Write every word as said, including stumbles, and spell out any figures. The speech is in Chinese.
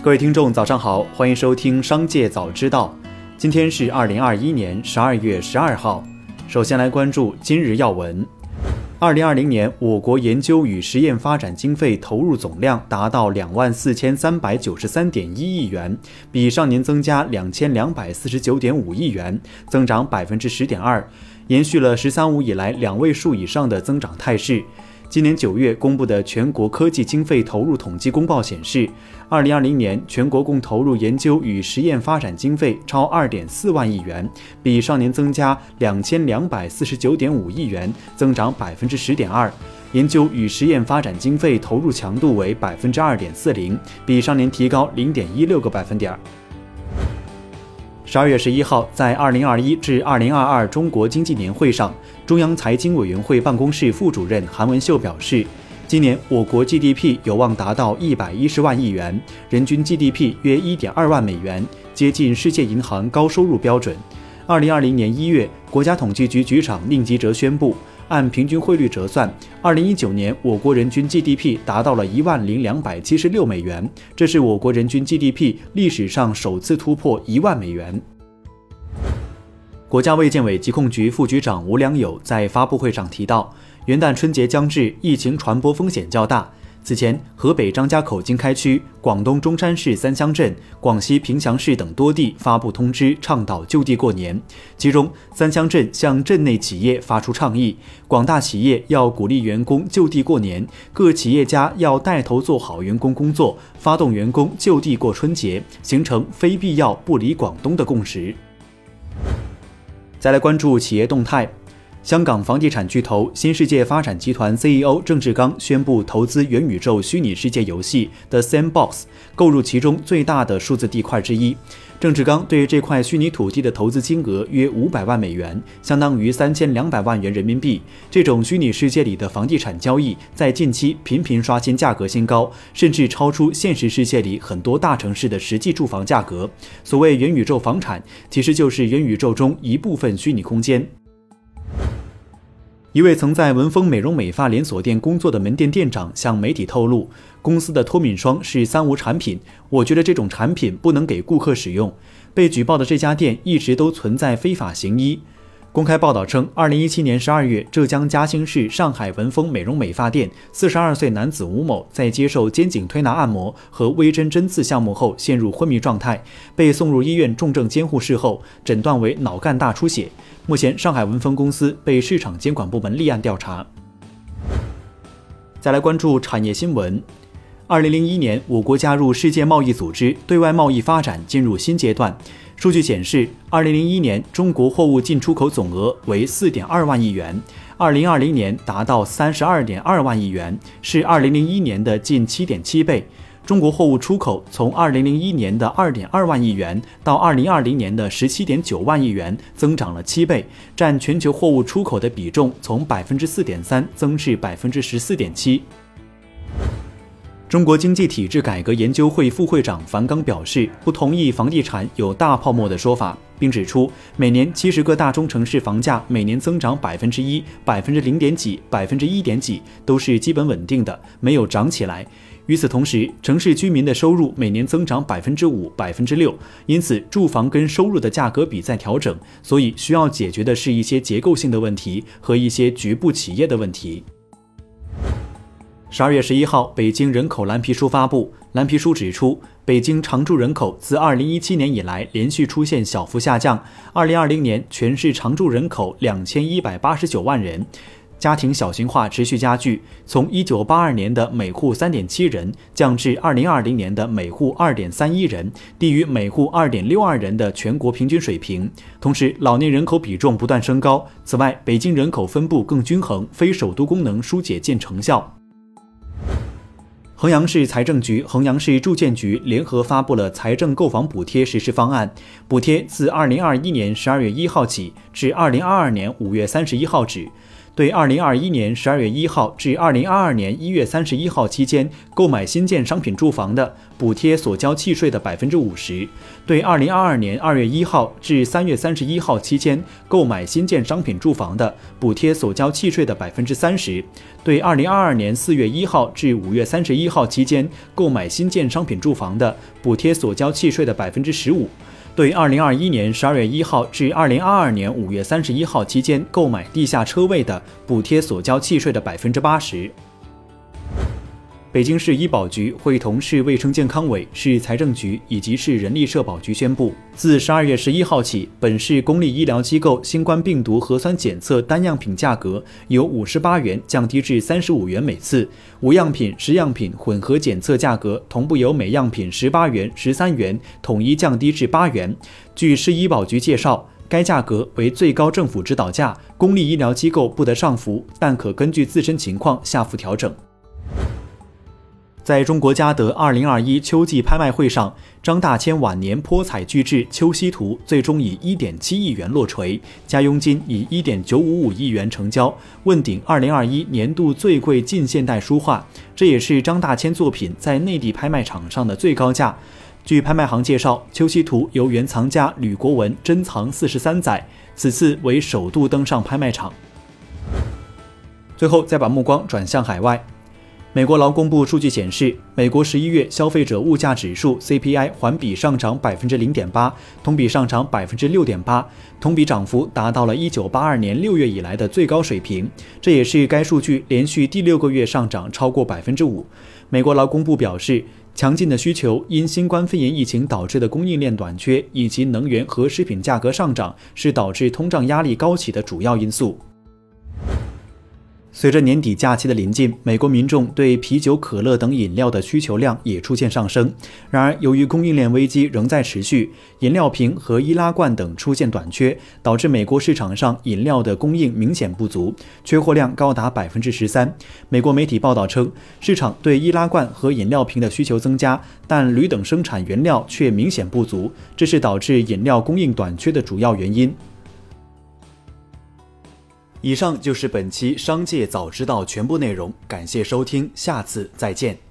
各位听众早上好，欢迎收听商界早知道。今天是二零二一年十二月十二号。首先来关注今日要闻。二零二零年，我国研究与实验发展经费投入总量达到两万四千三百九十三点一亿元，比上年增加两千两百四十九点五亿元，增长百分之十点二，延续了“十三五”以来两位数以上的增长态势。今年九月公布的全国科技经费投入统计公报显示，二零二零年全国共投入研究与实验发展经费超 二点四万亿元，比上年增加两千两百四十九点五亿元，增长百分之十点二。研究与实验发展经费投入强度为百分之二点四零，比上年提高零点一六个百分点。十二月十一号，在二零二一至二零二二中国经济年会上，中央财经委员会办公室副主任韩文秀表示，今年我国 G D P 有望达到一百一十万亿元，人均 G D P 约 一点二万美元，接近世界银行高收入标准。二零二零年一月，国家统计局局长宁吉喆宣布，按平均汇率折算，二零一九年我国人均 G D P 达到了一万零两百七十六美元，这是我国人均 G D P 历史上首次突破一万美元。国家卫健委疾控局副局长吴良友在发布会上提到，元旦春节将至，疫情传播风险较大。此前，河北张家口经开区、广东中山市三乡镇、广西凭祥市等多地发布通知，倡导就地过年。其中，三乡镇向镇内企业发出倡议，广大企业要鼓励员工就地过年，各企业家要带头做好员工工作，发动员工就地过春节，形成非必要不离广东的共识。再来关注企业动态。香港房地产巨头新世界发展集团 C E O 郑志刚宣布投资元宇宙虚拟世界游戏的 Sandbox， 购入其中最大的数字地块之一。郑志刚对这块虚拟土地的投资金额约五百万美元，相当于三千两百万元人民币。这种虚拟世界里的房地产交易在近期频频刷新价格新高，甚至超出现实世界里很多大城市的实际住房价格。所谓元宇宙房产，其实就是元宇宙中一部分虚拟空间。一位曾在文峰美容美发连锁店工作的门店店长向媒体透露，公司的脱敏霜是三无产品，我觉得这种产品不能给顾客使用。被举报的这家店一直都存在非法行医。公开报道称，二零一七年十二月，浙江嘉兴市上海文峰美容美发店四十二岁男子吴某在接受肩颈推拿按摩和微针针刺项目后陷入昏迷状态，被送入医院重症监护室后，诊断为脑干大出血。目前，上海文峰公司被市场监管部门立案调查。再来关注产业新闻。二零零一年，我国加入世界贸易组织，对外贸易发展进入新阶段。数据显示，二零零一年中国货物进出口总额为 四点二万亿元，二零二零年达到 三十二点二万亿元，是二零零一年的近 七点七倍。中国货物出口从二零零一年的 二点二万亿元到二零二零年的 十七点九万亿元，增长了七倍，占全球货物出口的比重从 百分之四点三 增至 百分之十四点七。中国经济体制改革研究会副会长樊纲表示，不同意房地产有大泡沫的说法，并指出，每年七十个大中城市房价每年增长百分之一、百分之零点几、百分之一点几，都是基本稳定的，没有涨起来。与此同时，城市居民的收入每年增长百分之五、百分之六，因此住房跟收入的价格比在调整，所以需要解决的是一些结构性的问题和一些局部企业的问题。十二月十一号，北京人口蓝皮书发布。蓝皮书指出，北京常住人口自二零一七年以来连续出现小幅下降。二零二零年，全市常住人口两千一百八十九万人，家庭小型化持续加剧，从一九八二年的每户 三点七人降至二零二零年的每户 二点三一人，低于每户 二点六二人的全国平均水平。同时，老年人口比重不断升高。此外，北京人口分布更均衡，非首都功能疏解见成效。衡阳市财政局、衡阳市住建局联合发布了财政购房补贴实施方案，补贴自二零二一年十二月一号起至二零二二年五月三十一号止。 对二零二一年十二月一号至二零二二年一月三十一号期间购买新建商品住房的，补贴所交契税的 百分之五十；对二零二二年二月一号至三月三十一号期间购买新建商品住房的，补贴所交契税的 百分之三十；对二零二二年四月一号至五月三十一号期间购买新建商品住房的，补贴所交契税的 百分之十五。对二零二一年十二月一号至二零二二年五月三十一号期间购买地下车位的，补贴所交契税的 百分之八十。北京市医保局会同市卫生健康委、市财政局以及市人力社保局宣布，自十二月十一号起，本市公立医疗机构新冠病毒核酸检测单样品价格由五十八元降低至三十五元每次，无样品、十样品混合检测价格同步由每样品十八元、十三元统一降低至八元。据市医保局介绍，该价格为最高政府指导价，公立医疗机构不得上浮，但可根据自身情况下浮调整。在中国嘉德二零二一秋季拍卖会上，张大千晚年颇彩巨制《秋夕图》最终以 一点七亿元落锤，加佣金以 一点九五五亿元成交，问鼎二零二一年度最贵近现代书画。这也是张大千作品在内地拍卖场上的最高价。据拍卖行介绍，《秋夕图》由原藏家吕国文珍藏四十三载，此次为首度登上拍卖场。最后再把目光转向海外。美国劳工部数据显示，美国十一月消费者物价指数 C P I 环比上涨 百分之零点八， 同比上涨 百分之六点八， 同比涨幅达到了一九八二年六月以来的最高水平，这也是该数据连续第六个月上涨超过 百分之五。 美国劳工部表示，强劲的需求因新冠肺炎疫情导致的供应链短缺以及能源和食品价格上涨是导致通胀压力高企的主要因素。随着年底假期的临近，美国民众对啤酒、可乐等饮料的需求量也出现上升。然而，由于供应链危机仍在持续，饮料瓶和易拉罐等出现短缺，导致美国市场上饮料的供应明显不足，缺货量高达 百分之十三。美国媒体报道称，市场对易拉罐和饮料瓶的需求增加，但铝等生产原料却明显不足，这是导致饮料供应短缺的主要原因。以上就是本期商界早知道全部内容，感谢收听，下次再见。